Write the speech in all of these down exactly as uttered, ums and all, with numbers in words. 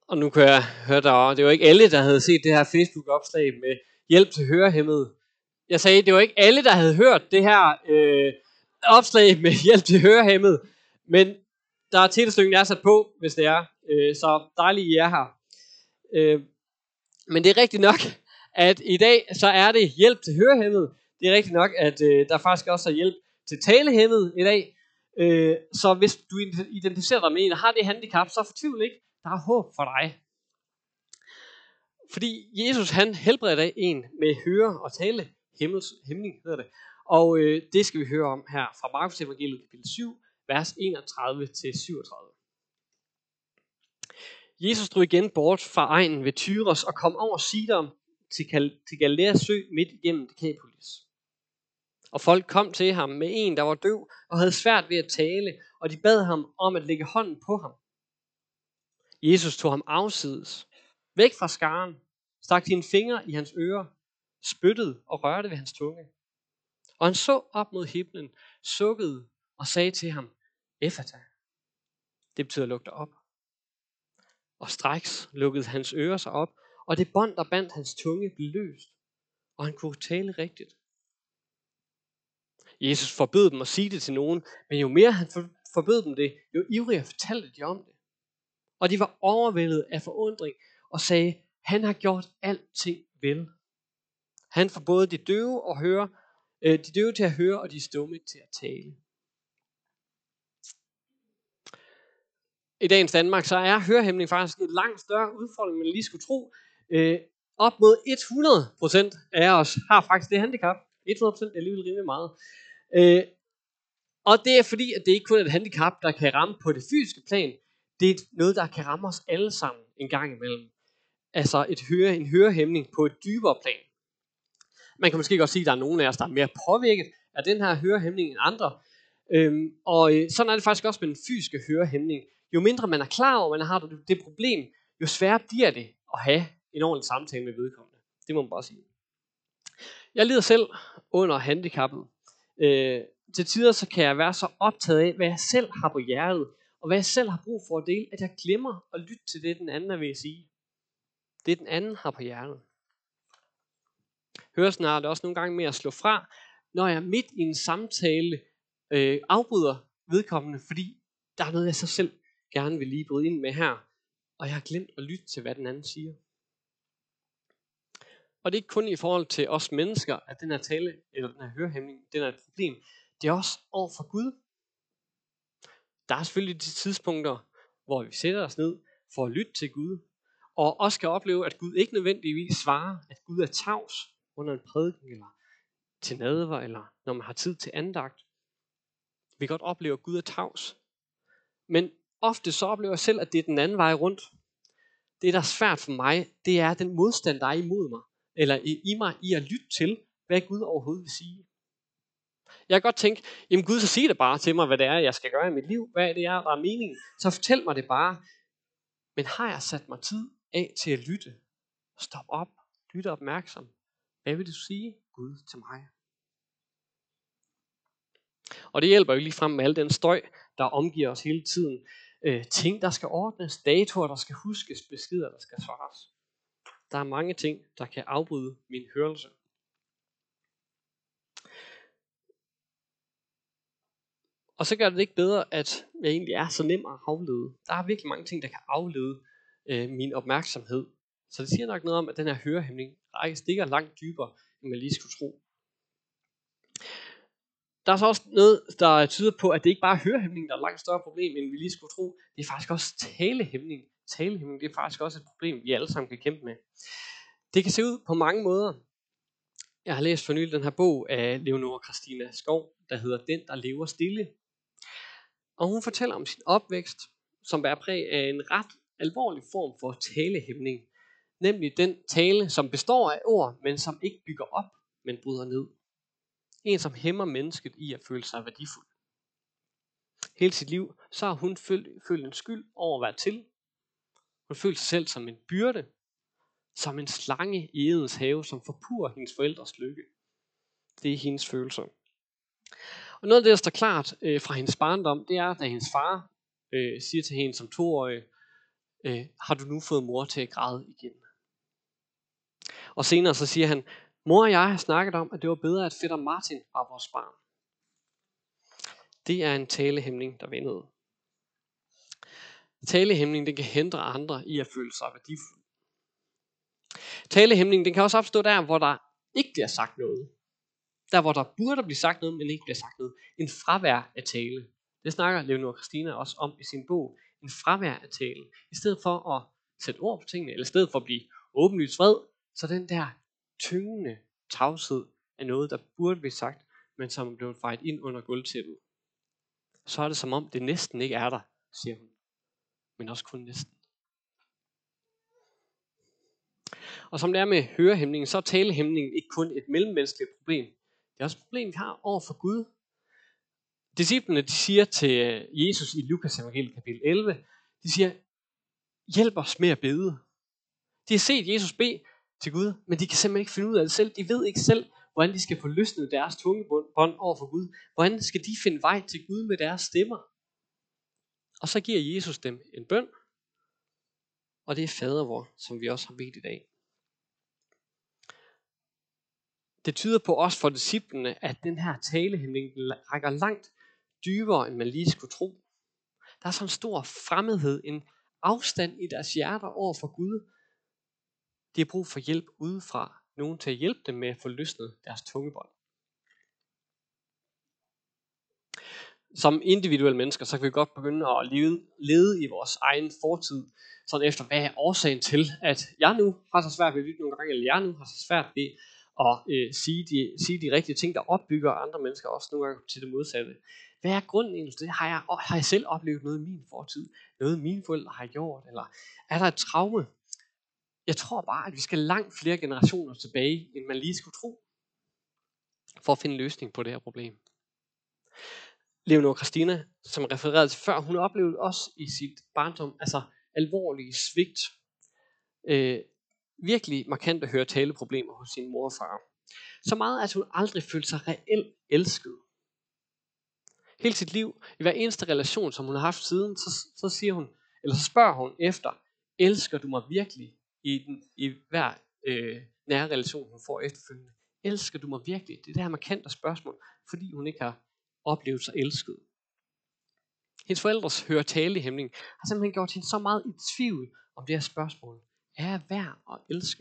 Og nu kan jeg høre der, det var ikke alle, der havde set det her Facebook-opslag med hjælp til hørehæmmede. Jeg sagde, det var ikke alle, der havde hørt det her øh, opslag med hjælp til hørehæmmede. Men der er tilslutningen, jeg er sat på, hvis det er. Øh, så dejligt, I er her. Øh, men det er rigtigt nok, at i dag, så er det hjælp til hørehæmmede. Det er rigtigt nok, at øh, der faktisk også er hjælp til talehæmmede i dag. Øh, så hvis du identificerer dig med en, og har det handicap, så fortvivl ikke. Der er håb for dig. Fordi Jesus han helbreder en med høre- og tale hæmning, hedder det. Og øh, det skal vi høre om her fra Markus evangeliet kapitel syv, vers enogtredive til syvogtredive. Jesus drog igen bort fra egnen ved Tyros og kom over Sidon til, Gal- til Galileas sø midt igennem Decapolis. Og folk kom til ham med en, der var døv og havde svært ved at tale, og de bad ham om at lægge hånden på ham. Jesus tog ham afsides, væk fra skaren, stak sine fingre i hans ører, spyttede og rørte ved hans tunge. Og han så op mod himlen, sukkede og sagde til ham, Ephata. Det betyder luk dig op. Og straks lukkede hans ører sig op, og det bånd, der bandt hans tunge, blev løst, og han kunne tale rigtigt. Jesus forbød dem at sige det til nogen, men jo mere han forbød dem det, jo ivrigere fortalte de om det. Og de var overvældet af forundring og sagde, han har gjort alting vel. Han får både de døve, og høre, øh, de døve til at høre, og de stumme til at tale. I dagens Danmark, så er hørehæmning faktisk en langt større udfordring, end man lige skulle tro. Øh, op mod hundrede procent af os har faktisk det handicap. hundrede procent er alligevel rimelig meget. Øh, og det er fordi, at det ikke kun er et handicap, der kan ramme på det fysiske plan. Det er noget, der kan ramme os alle sammen en gang imellem. Altså et høre, en hørehæmning på et dybere plan. Man kan måske godt sige, at der er nogen af os, der er mere påvirket af den her hørehæmning end andre. Øhm, og øh, sådan er det faktisk også med den fysiske hørehæmning. Jo mindre man er klar over, at man har det, det problem, jo sværere bliver det at have en ordentlig samtale med vedkommende. Det må man bare sige. Jeg lider selv under handicappet. Øh, til tider så kan jeg være så optaget af, hvad jeg selv har på hjertet, og hvad jeg selv har brug for at dele, at jeg glemmer at lytte til det, den anden er ved at sige. Det, den anden har på hjertet. Hørelsen er det også nogle gange med at slå fra, når jeg midt i en samtale øh, afbryder vedkommende, fordi der er noget, jeg så selv gerne vil lige bryde ind med her, og jeg har glemt at lytte til, hvad den anden siger. Og det er ikke kun i forhold til os mennesker, at den her tale, eller den her hørehæmning, den er et problem. Det er også over for Gud. Der er selvfølgelig de tidspunkter, hvor vi sætter os ned for at lytte til Gud, og også kan opleve, at Gud ikke nødvendigvis svarer, at Gud er tavs under en prædiken, eller til nadver, eller når man har tid til andagt. Vi kan godt opleve, at Gud er tavs. Men ofte så oplever jeg selv, at det er den anden vej rundt. Det, der er svært for mig, det er den modstand, der er imod mig, eller i mig i at lytte til, hvad Gud overhovedet vil sige. Jeg kan godt tænke, jamen Gud, så sig det bare til mig, hvad det er, jeg skal gøre i mit liv. Hvad det er, der er meningen. Så fortæl mig det bare. Men har jeg sat mig tid af til at lytte? Stop op. Lytte opmærksom. Hvad vil du sige, Gud, til mig? Og det hjælper jo lige frem med al den støj, der omgiver os hele tiden. Øh, ting, der skal ordnes. Datoer, der skal huskes. Beskeder, der skal svares. Der er mange ting, der kan afbryde min hørelse. Og så gør det ikke bedre, at jeg egentlig er så nem at aflede. Der er virkelig mange ting, der kan aflede øh, min opmærksomhed. Så det siger nok noget om, at den her hørehæmning stikker langt dybere, end man lige skulle tro. Der er så også noget, der tyder på, at det ikke bare er hørehæmning, der er et langt større problem, end vi lige skulle tro. Det er faktisk også talehæmning. Talehæmning, det er faktisk også et problem, vi alle sammen kan kæmpe med. Det kan se ud på mange måder. Jeg har læst for nylig den her bog af Leonora Christina Skov, der hedder Den, der lever stille. Og hun fortæller om sin opvækst, som bærer præg af en ret alvorlig form for talehæmning. Nemlig den tale, som består af ord, men som ikke bygger op, men bryder ned. En, som hæmmer mennesket i at føle sig værdifuld. Hele sit liv, så har hun følt, følt en skyld over at være til. Hun følte sig selv som en byrde, som en slange i Edens have, som forpurer hendes forældres lykke. Det er hendes følelser. Og noget af det, der står klart øh, fra hendes barndom, det er, da hendes far øh, siger til hende som toårig, øh, har du nu fået mor til at græde igen? Og senere så siger han, mor og jeg har snakket om, at det var bedre, at fætter Martin var vores barn. Det er en talehæmning, der vendede. Talehæmning, det kan hindre andre i at føle sig værdifuld. Talehæmning, den kan også opstå der, hvor der ikke bliver sagt noget. Der, hvor der burde blive sagt noget, men ikke bliver sagt noget. En fravær af tale. Det snakker Leonora Christina også om i sin bog. En fravær af tale. I stedet for at sætte ord på tingene, eller i stedet for at blive åbenlyst vred, så den der tyngende tavshed af noget, der burde blive sagt, men som er blevet fejet ind under gulvtæppet. Så er det som om, det næsten ikke er der, siger hun. Men også kun næsten. Og som det er med hørehæmningen, så er talehæmningen ikke kun et mellemmenneskeligt problem. Det er også et problem, vi har over for Gud. Disciplene, de siger til Jesus i Lukas evangeliet kapitel elleve, de siger, hjælp os med at bede. De har set Jesus bede til Gud, men de kan simpelthen ikke finde ud af det selv. De ved ikke selv, hvordan de skal få løsnet deres tungebånd over for Gud. Hvordan skal de finde vej til Gud med deres stemmer? Og så giver Jesus dem en bøn, og det er fadervor, som vi også har bedt i dag. Det tyder på os for disciplene, at den her talehæmning rækker langt dybere, end man lige skulle tro. Der er sådan en stor fremmedhed, en afstand i deres hjerter over for Gud. De har brug for hjælp udefra. Nogen til at hjælpe dem med at få løsnet deres tungebånd. Som individuelle mennesker, så kan vi godt begynde at leve, lede i vores egen fortid. Sådan efter, hvad er årsagen til, at jeg nu har så svært ved at lytte nogle gange, eller jeg nu har så svært ved at øh, sige, de, sige de rigtige ting, der opbygger andre mennesker også nogle gange til det modsatte. Hvad er grunden egentlig til det? Har jeg, har jeg selv oplevet noget i min fortid? Noget mine forældre har gjort? Eller er der et traume? Jeg tror bare, at vi skal langt flere generationer tilbage, end man lige skulle tro, for at finde en løsning på det her problem. Leonora Christina, som refererede til før, hun oplevede også i sit barndom, altså alvorlige svigt. Øh, virkelig markant at høre taleproblemer hos sin mor og far. Så meget, at hun aldrig følte sig reelt elsket. Hele sit liv, i hver eneste relation, som hun har haft siden, så, så siger hun, eller så spørger hun efter, elsker du mig virkelig i, den, i hver øh, nære relation, hun får efterfølgende? Elsker du mig virkelig? Det er det her markante spørgsmål, fordi hun ikke har oplevet sig elsket. Hendes forældres høretalehæmning har simpelthen gjort hende så meget i tvivl om det her spørgsmål. Er jeg værd at elske?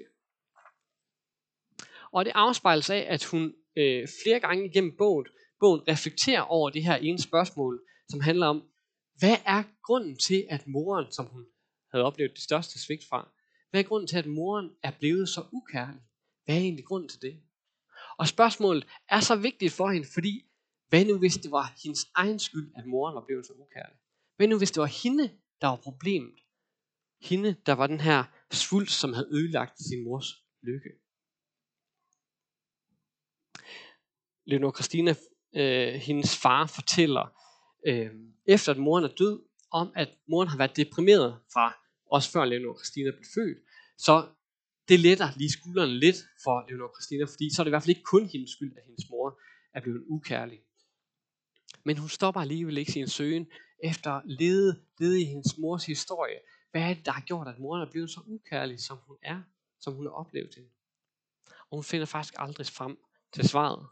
Og det afspejles af, at hun øh, flere gange igennem bogen, bogen reflekterer over det her ene spørgsmål, som handler om, hvad er grunden til, at moren, som hun havde oplevet det største svigt fra, hvad er grunden til, at moren er blevet så ukærlig? Hvad er egentlig grunden til det? Og spørgsmålet er så vigtigt for hende, fordi hvad nu hvis det var hendes egen skyld, at moren var blevet så ukærlig? Hvad nu hvis det var hende, der var problemet? Hende, der var den her svulst, som havde ødelagt sin mors lykke. Leonora Christina, øh, hendes far, fortæller, øh, efter at moren er død, om at moren har været deprimeret fra, også før Leonora Christina blev født. Så det letter lige skuldrene lidt for Leonora Christina, fordi så er det i hvert fald ikke kun hendes skyld, at hendes mor er blevet ukærlig. Men hun stopper alligevel ikke sin søgen efter at lede, lede i hendes mors historie. Hvad er det, der har gjort, at moren er blevet så ukærlig, som hun er, som hun har oplevet det? Og hun finder faktisk aldrig frem til svaret.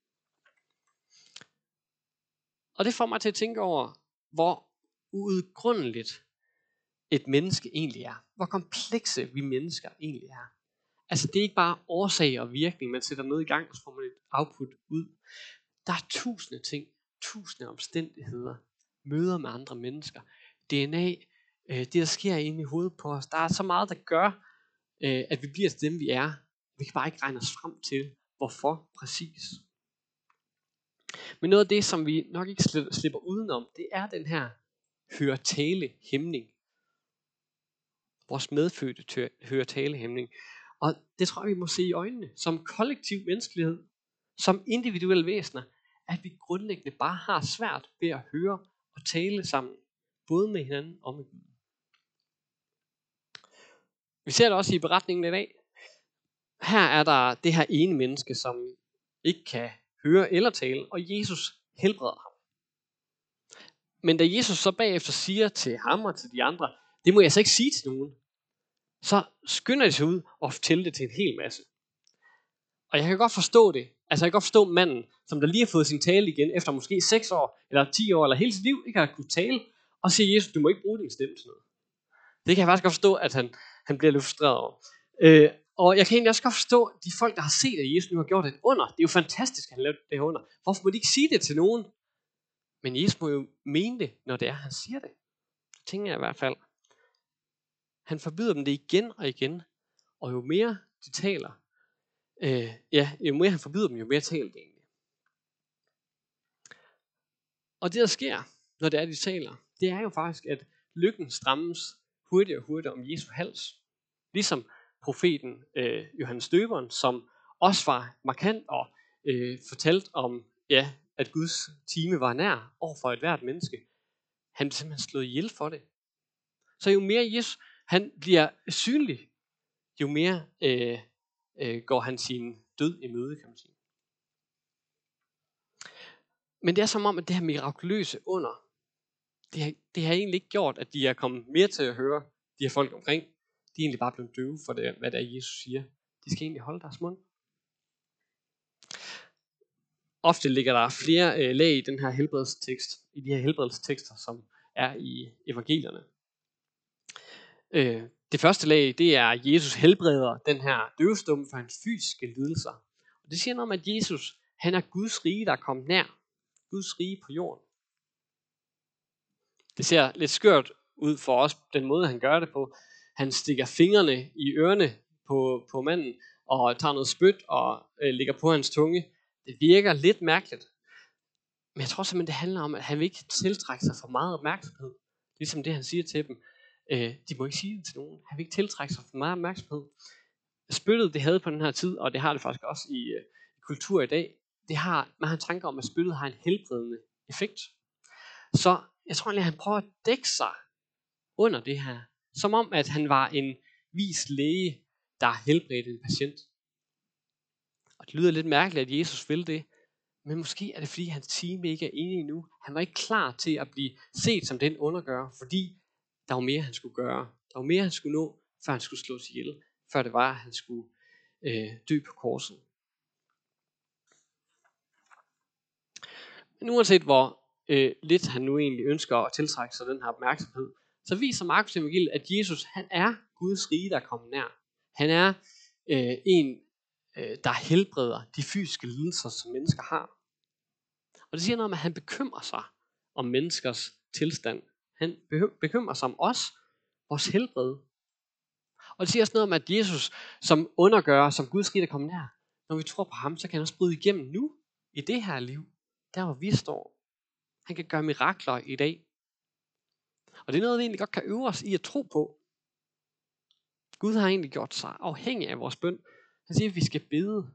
Og det får mig til at tænke over, hvor uudgrundeligt et menneske egentlig er. Hvor komplekse vi mennesker egentlig er. Altså det er ikke bare årsag og virkning, man sætter noget i gang, og så får man et output ud. Der er tusinde ting, tusinde omstændigheder, møder med andre mennesker, D N A, det der sker inde i hovedet på os. Der er så meget, der gør, at vi bliver til dem, vi er. Vi kan bare ikke regne os frem til, hvorfor præcis. Men noget af det, som vi nok ikke slipper udenom, det er den her høretalehæmning. Vores medfødte høretalehæmning. Og det tror jeg, vi må se i øjnene, som kollektiv menneskelighed, som individuelle væsener, at vi grundlæggende bare har svært ved at høre og tale sammen, både med hinanden og med Gud. Vi ser det også i beretningen i dag. Her er der det her ene menneske, som ikke kan høre eller tale, og Jesus helbreder ham. Men da Jesus så bagefter siger til ham og til de andre, det må jeg så ikke sige til nogen. Så skynder de sig ud og fortæller det til en hel masse. Og jeg kan godt forstå det. Altså jeg kan godt forstå manden, som der lige har fået sin tale igen, efter måske seks år, eller ti år, eller hele sit liv, ikke har kunnet tale, og siger, Jesus, du må ikke bruge din stemme til noget. Det kan jeg faktisk godt forstå, at han, han bliver lidt frustreret over. Øh, og jeg kan egentlig også godt forstå, de folk, der har set, at Jesus nu har gjort et under. Det er jo fantastisk, at han lavede det her under. Hvorfor må de ikke sige det til nogen? Men Jesus må jo mene det, når det er, han siger det. Det tænker jeg i hvert fald. Han forbyder dem det igen og igen. Og jo mere de taler, øh, ja, jo mere han forbyder dem, jo mere taler de egentlig. Og det, der sker, når det er, de taler, det er jo faktisk, at lykken strammes hurtigere og hurtigere om Jesu hals. Ligesom profeten øh, Johannes Døberen, som også var markant og øh, fortalt om, ja, at Guds time var nær over for et hvert menneske. Han blev simpelthen slået ihjel for det. Så jo mere Jesus han bliver synlig, jo mere øh, øh, går han sin død i møde, kan man sige. Men det er som om, at det her mirakuløse under, det har, det har egentlig ikke gjort, at de er kommet mere til at høre de her folk omkring. De er egentlig bare blevet døve for det, hvad det er, Jesus siger. De skal egentlig holde deres mund. Ofte ligger der flere øh, lag i den her helbredelsestekst, i de her helbredelsestekster, som er i evangelierne. Øh, det første lag, det er, at Jesus helbreder den her døvstumme for hans fysiske lidelser. Og det siger noget om, at Jesus, han er Guds rige, der er kommet nær. Guds rige på jorden. Det ser lidt skørt ud for os, den måde han gør det på. Han stikker fingrene i ørerne på, på manden, og tager noget spyt og øh, lægger på hans tunge. Det virker lidt mærkeligt. Men jeg tror simpelthen, det handler om, at han vil ikke tiltrække sig for meget opmærksomhed. Ligesom det, han siger til dem. Øh, de må ikke sige det til nogen. Han vil ikke tiltrække sig for meget opmærksomhed. Spyttet, det havde på den her tid, og det har det faktisk også i øh, kultur i dag, det har, man har en tanke om, at spyttet har en helbredende effekt. Så jeg tror egentlig, at han prøver at dække sig under det her. Som om, at han var en vis læge, der helbredte en patient. Og det lyder lidt mærkeligt, at Jesus vil det. Men måske er det, fordi hans time ikke er enig endnu. Han var ikke klar til at blive set som den undergører, fordi der var mere, han skulle gøre. Der var mere, han skulle nå, før han skulle slås ihjel. Før det var, at han skulle øh, dø på korset. Men uanset hvor øh, lidt han nu egentlig ønsker at tiltrække sig den her opmærksomhed, så viser Markus evangeliet, at Jesus, han er Guds rige, der er kommet nær. Han er øh, en, øh, der helbreder de fysiske lidelser, som mennesker har. Og det siger noget om, at han bekymrer sig om menneskers tilstand. Han bekymrer sig om os, vores helbred. Og det siger også noget om, at Jesus, som undergør, som Guds rige, der kommer nær, når vi tror på ham, så kan han også bryde igennem nu, i det her liv, der hvor vi står. Han kan gøre mirakler i dag. Og det er noget, vi egentlig godt kan øve os i at tro på. Gud har egentlig gjort sig afhængig af vores bøn. Han siger, at vi skal bede.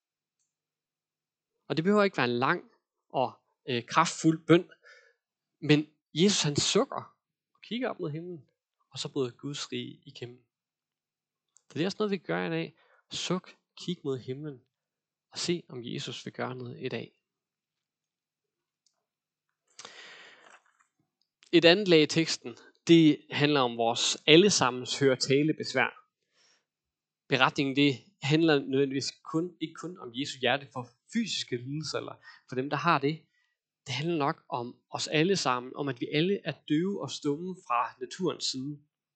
Og det behøver ikke være en lang og øh, kraftfuld bøn. Men Jesus han sukker og kigger op mod himlen. Og så bryder Guds rige igennem. Så det er også noget, vi gør i dag. Suk, kig mod himlen. Og se, om Jesus vil gøre noget i dag. Et andet lag i teksten, det handler om vores allesammens høretalebesvær. Beretningen, det handler nødvendigvis kun, ikke kun om Jesu hjerte for fysiske lidelser, eller for dem, der har det. Det handler nok om os alle sammen, om at vi alle er døve og stumme fra naturens side.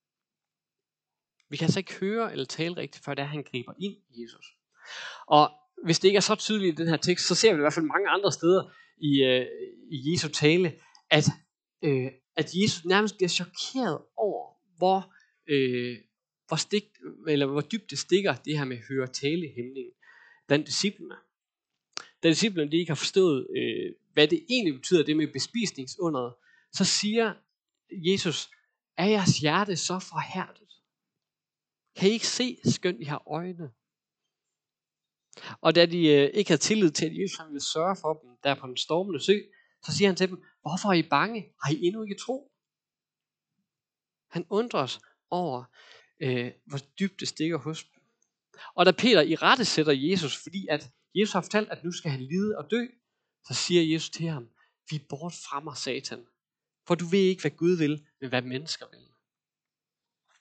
Vi kan altså ikke høre eller tale rigtigt, før det er, han griber ind i Jesus. Og hvis det ikke er så tydeligt i den her tekst, så ser vi i hvert fald mange andre steder i, øh, i Jesu tale, at, øh, at Jesus nærmest bliver chokeret over, hvor, øh, hvor, stik, eller hvor dybt det stikker det her med høre-tale-hæmningen blandt disciplene. Da disciplene de ikke har forstået, øh, hvad det egentlig betyder, det med bespisningsunderet, så siger Jesus, er jeres hjerte så forhærdet? Kan I ikke se, skønt I har øjne? Og da de øh, ikke havde tillid til, at Jesus ville sørge for dem, der på den stormende sø, så siger han til dem, hvorfor er I bange? Har I endnu ikke tro? Han undrer os over, øh, hvor dybt det stikker hos dem. Og da Peter i rette sætter Jesus, fordi at Jesus har fortalt, at nu skal han lide og dø, så siger Jesus til ham, vi bort fra mig, Satan. For du ved ikke, hvad Gud vil, men hvad mennesker vil.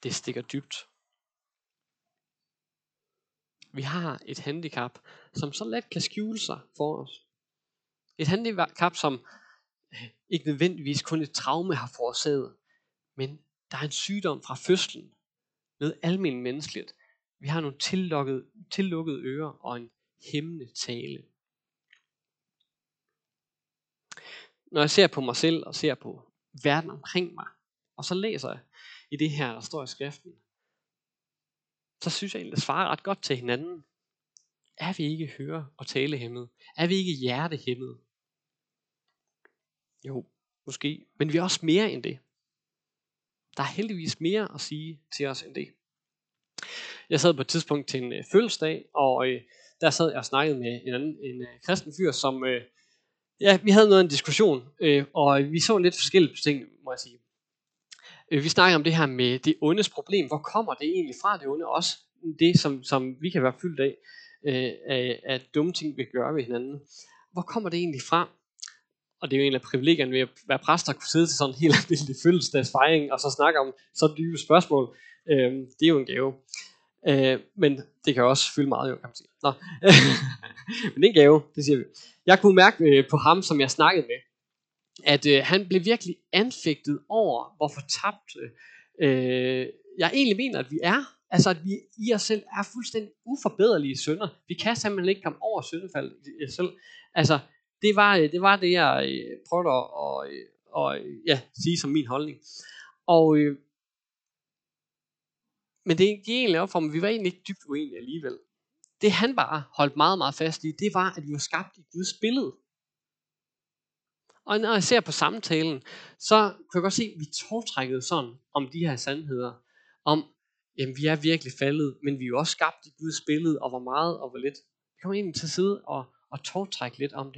det stikker dybt. Vi har et handicap, som så let kan skjule sig for os. Et handicap, som ikke nødvendigvis kun et traume har forårsaget, men der er en sygdom fra fødslen. Noget almindeligt menneskeligt. Vi har nogle tillukkede, tillukkede ører og en hæmmende tale. Når jeg ser på mig selv og ser på verden omkring mig, og så læser jeg i det her, der står i skriften, så synes jeg egentlig, det svarer ret godt til hinanden. Er vi ikke høre- og talehæmmede? Er vi ikke hjertehæmmede? Jo, måske. Men vi er også mere end det. Der er heldigvis mere at sige til os end det. Jeg sad på et tidspunkt til en øh, fødselsdag, og øh, der sad jeg og snakkede med en anden en, øh, kristen fyr, som, øh, ja, vi havde noget af en diskussion, øh, og vi så lidt forskellige på tingene, må jeg sige. Øh, vi snakkede om det her med det ondes problem. Hvor kommer det egentlig fra, det onde? Også det, som, som vi kan være fyldt af, øh, af, af dumme ting, vi gør ved hinanden. Hvor kommer det egentlig fra? Og det er jo en af privilegierne ved at være præst, at kunne sidde til sådan en helt almindelig fødselsdagsfejring, og så snakke om så dybe spørgsmål. Øh, det er jo en gave. Øh, men det kan også fylde meget, jo, kan man sige. Nå. Men det er en gave, det siger vi. Jeg kunne mærke øh, på ham, som jeg snakkede med, at øh, han blev virkelig anfægtet over, hvor fortabt øh, jeg egentlig mener, at vi er. Altså, at vi i os selv er fuldstændig uforbederlige synder. Vi kan simpelthen ikke komme over syndefaldet i os selv. Altså, det var det, var det jeg øh, prøvede at og, og, ja, sige som min holdning. Og, øh, men det gik egentlig op for mig, vi var egentlig ikke dybt uenige alligevel. Det han bare holdt meget, meget fast i, det var, at vi var skabt i Guds billede. Og når jeg ser på samtalen, så kan jeg godt se, at vi tårtrækkede sådan om de her sandheder. Om, jamen vi er virkelig faldet, men vi er jo også skabt i Guds billede, og hvor meget og hvor lidt. Vi kommer egentlig til at sidde og, og tårtrække lidt om det.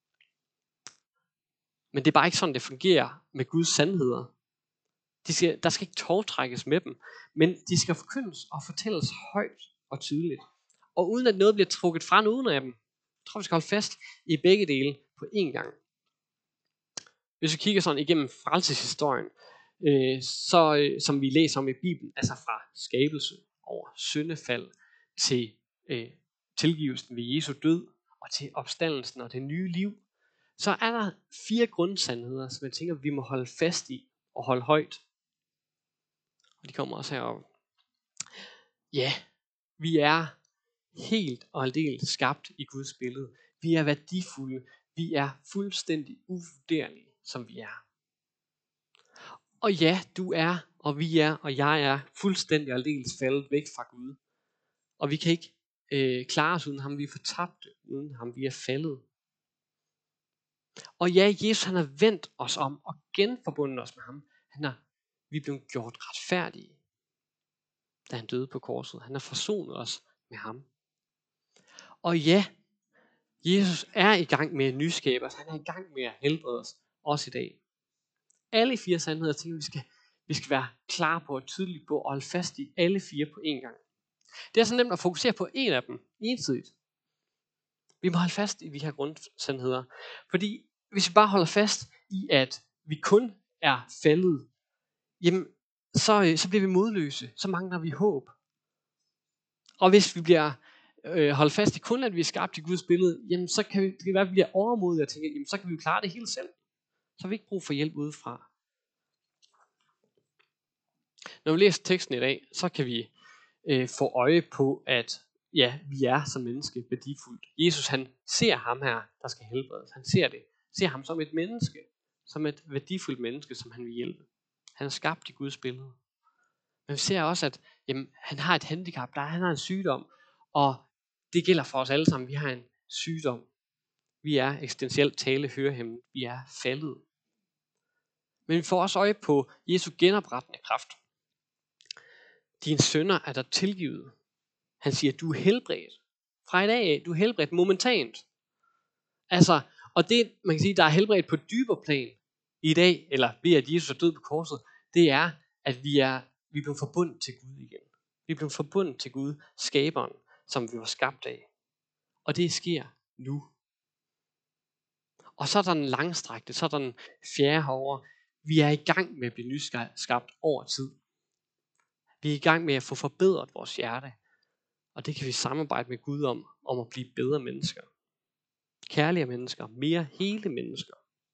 Men det er bare ikke sådan, det fungerer med Guds sandheder. De skal, der skal ikke tårtrækkes med dem, men de skal forkyndes og fortælles højt og tydeligt. Og uden at noget bliver trukket fra nogen af dem. Jeg tror, vi skal holde fast i begge dele på én gang. Hvis vi kigger sådan igennem frelseshistorien, øh, så, øh, som vi læser om i Bibelen, altså fra skabelse over syndefald til øh, tilgivelsen ved Jesu død, og til opstandelsen og det nye liv, så er der fire grundsandheder, som jeg tænker, vi må holde fast i og holde højt. Og de kommer også heroppe. Ja, vi er helt og aldeles skabt i Guds billede. Vi er værdifulde. Vi er fuldstændig uvurderlige, som vi er. Og ja, du er, og vi er, og jeg er fuldstændig og aldeles faldet væk fra Gud. Og vi kan ikke øh, klare os uden ham. Vi er fortabte uden ham. Vi er faldet. Og ja, Jesus han har vendt os om og genforbundet os med ham. Han har, vi er blevet gjort retfærdige, da han døde på korset. Han har forsonet os med ham. Og ja, Jesus er i gang med at nyskabe os. Han er i gang med at helbrede os, også i dag. Alle fire sandheder tænker vi skal, vi skal være klar på og tydelige på og holde fast i alle fire på én gang. Det er så nemt at fokusere på en af dem ensidigt. Vi må holde fast i de her grundsandheder. Fordi hvis vi bare holder fast i, at vi kun er faldet, jamen, så, så bliver vi modløse. Så mangler vi håb. Og hvis vi bliver øh, holdt fast i kun, at vi er skabt i Guds billede, jamen, så kan vi, det kan være, at vi bliver overmodige og tænker, jamen, så kan vi jo klare det hele selv. Så har vi ikke brug for hjælp udefra. Når vi læser teksten i dag, så kan vi øh, få øje på, at ja, vi er som menneske værdifuldt. Jesus han ser ham her, der skal helbredes. Han ser det. Ser ham som et menneske. Som et værdifuldt menneske, som han vil hjælpe. Han er skabt i Guds billede. Men vi ser også, at jamen, han har et handicap. Der, han har en sygdom. Og det gælder for os alle sammen. Vi har en sygdom. Vi er eksistentielt tale hørehæmmede. Vi er faldet. Men vi får også øje på Jesu genoprettende kraft. Dine synder er der tilgivet. Han siger, du er helbredt. Fra i dag af, du er helbredt momentant. Altså, og det, man kan sige, der er helbredt på dybere plan i dag, eller ved at Jesus er død på korset, det er, at vi er, vi er blevet forbundet til Gud igen. Vi er blevet forbundet til Gud, skaberen, som vi var skabt af. Og det sker nu. Og så er der den langstrakte, så er der den fjerde herovre. Vi er i gang med at blive nyskabt over tid. Vi er i gang med at få forbedret vores hjerte. Og det kan vi samarbejde med Gud om, om at blive bedre mennesker. Kærlige mennesker, mere hele mennesker.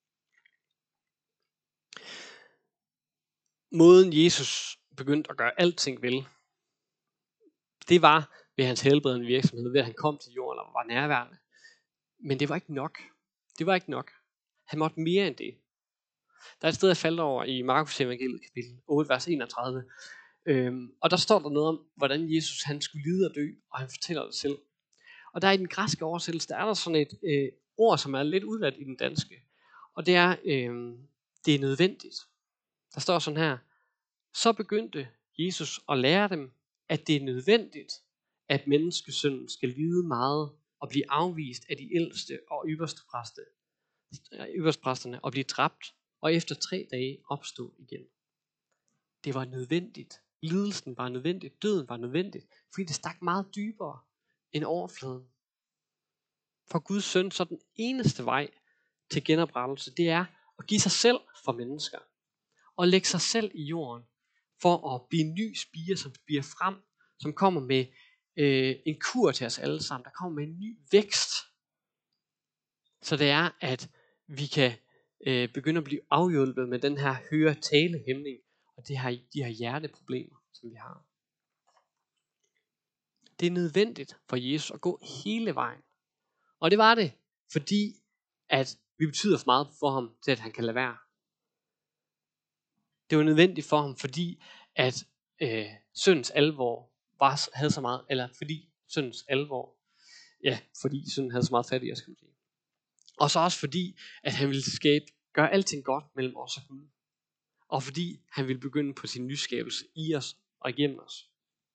Måden Jesus begyndte at gøre alting vel, det var ved hans helbredende virksomhed, ved at han kom til jorden og var nærværende. Men det var ikke nok. Det var ikke nok. Han måtte mere end det. Der er et sted, jeg faldt over i Markus evangeliet kapitel otte, vers enogtredive. Øhm, og der står der noget om, hvordan Jesus han skulle lide og dø, og han fortæller det selv. Og der i den græske oversættelse, der er der sådan et øh, ord, som er lidt udladt i den danske. Og det er, øh, det er nødvendigt. Der står sådan her: så begyndte Jesus at lære dem, at det er nødvendigt, at menneskesønnen skal lide meget og blive afvist af de ældste og ypperste præster, ypperstepræsterne og blive dræbt, og efter tre dage opstå igen. Det var nødvendigt. Lidelsen var nødvendig. Døden var nødvendig, fordi det stak meget dybere end overfladen. For Guds søn, så den eneste vej til genoprettelse, det er at give sig selv for mennesker. Og lægge sig selv i jorden, for at blive en ny spire, som spirer frem, som kommer med øh, en kur til os alle sammen, der kommer med en ny vækst. Så det er, at vi kan øh, begynde at blive afhjulpet med den her høre-tale-hæmning, og det her, de her hjerteproblemer, som vi har. Det er nødvendigt for Jesus at gå hele vejen. Og det var det, fordi at vi betyder for meget for ham, til at han kan lade være. Det var nødvendigt for ham, fordi at øh, syndens alvor var, havde så meget, eller fordi syndens alvor, ja, fordi synden havde så meget fat i os, kan man sige. Og så også fordi, at han ville skabe, gøre alting godt mellem os og Gud. Og fordi han ville begynde på sin nyskabelse i os og igennem os.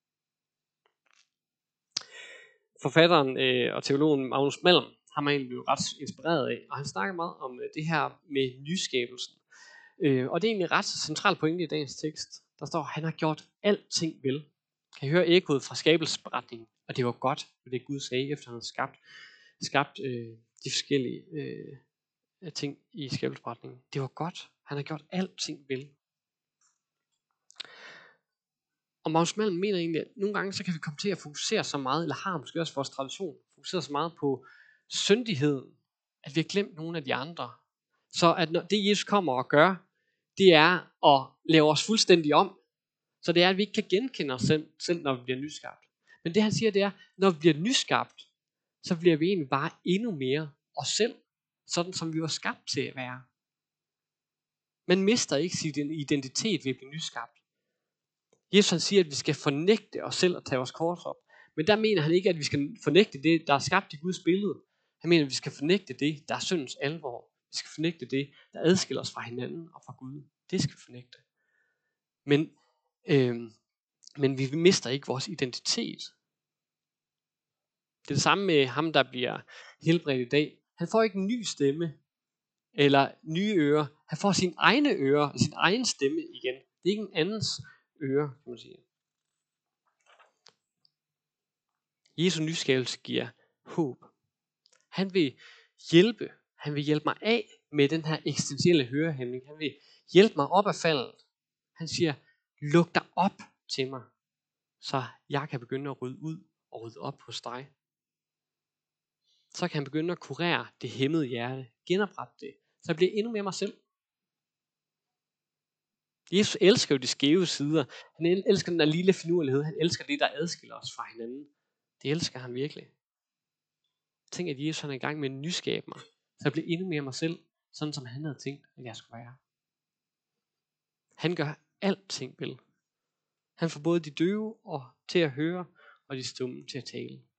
Forfatteren øh, og teologen Magnus Malm har man egentlig blevet ret inspireret af, og han snakker meget om øh, det her med nyskabelsen. Øh, og det er egentlig ret centralt pointe i dagens tekst. Der står, han har gjort alting vel. Kan I høre ekkoet fra skabelsesberetningen? Og det var godt, det Gud sagde, efter han havde skabt, skabt øh, de forskellige øh, ting i skabelsesberetningen. Det var godt. Han har gjort alting vel. Og Magnus Malm mener egentlig, at nogle gange så kan vi komme til at fokusere så meget, eller har måske også vores tradition, fokusere så meget på syndigheden, at vi har glemt nogle af de andre. Så at når det Jesus kommer og gør, det er at lave os fuldstændig om. Så det er, at vi ikke kan genkende os selv, selv når vi bliver nyskabt. Men det han siger, det er, når vi bliver nyskabt, så bliver vi egentlig bare endnu mere os selv, sådan som vi var skabt til at være. Man mister ikke sin identitet ved at blive nyskabt. Jesus han siger, at vi skal fornægte os selv og tage vores kors op. Men der mener han ikke, at vi skal fornægte det, der er skabt i Guds billede. Han mener, at vi skal fornægte det, der er syndens alvor. Vi skal fornægte det, der adskiller os fra hinanden og fra Gud. Det skal vi fornægte. Men, øh, men vi mister ikke vores identitet. Det er det samme med ham, der bliver helbredt i dag. Han får ikke en ny stemme eller nye ører. Han får sine egne ører, sin egen stemme igen. Det er ikke en andens ører, kan man sige. Jesu nyskabelse giver håb. Han vil hjælpe. Han vil hjælpe mig af med den her eksistentielle hørehæmning. Han vil hjælpe mig op af faldet. Han siger, luk dig op til mig, så jeg kan begynde at rydde ud og rydde op hos dig. Så kan han begynde at kurere det hæmmede hjerte, genoprette det, så jeg bliver endnu mere mig selv. Jesus elsker jo de skæve sider. Han elsker den der lille finurlighed. Han elsker det, der adskiller os fra hinanden. Det elsker han virkelig. Tænk, at Jesus han er i gang med at nyskabe mig, så jeg bliver endnu mere mig selv, sådan som han havde tænkt, at jeg skulle være. Han gør alting vel. Han får både de døve og til at høre, og de stumme til at tale.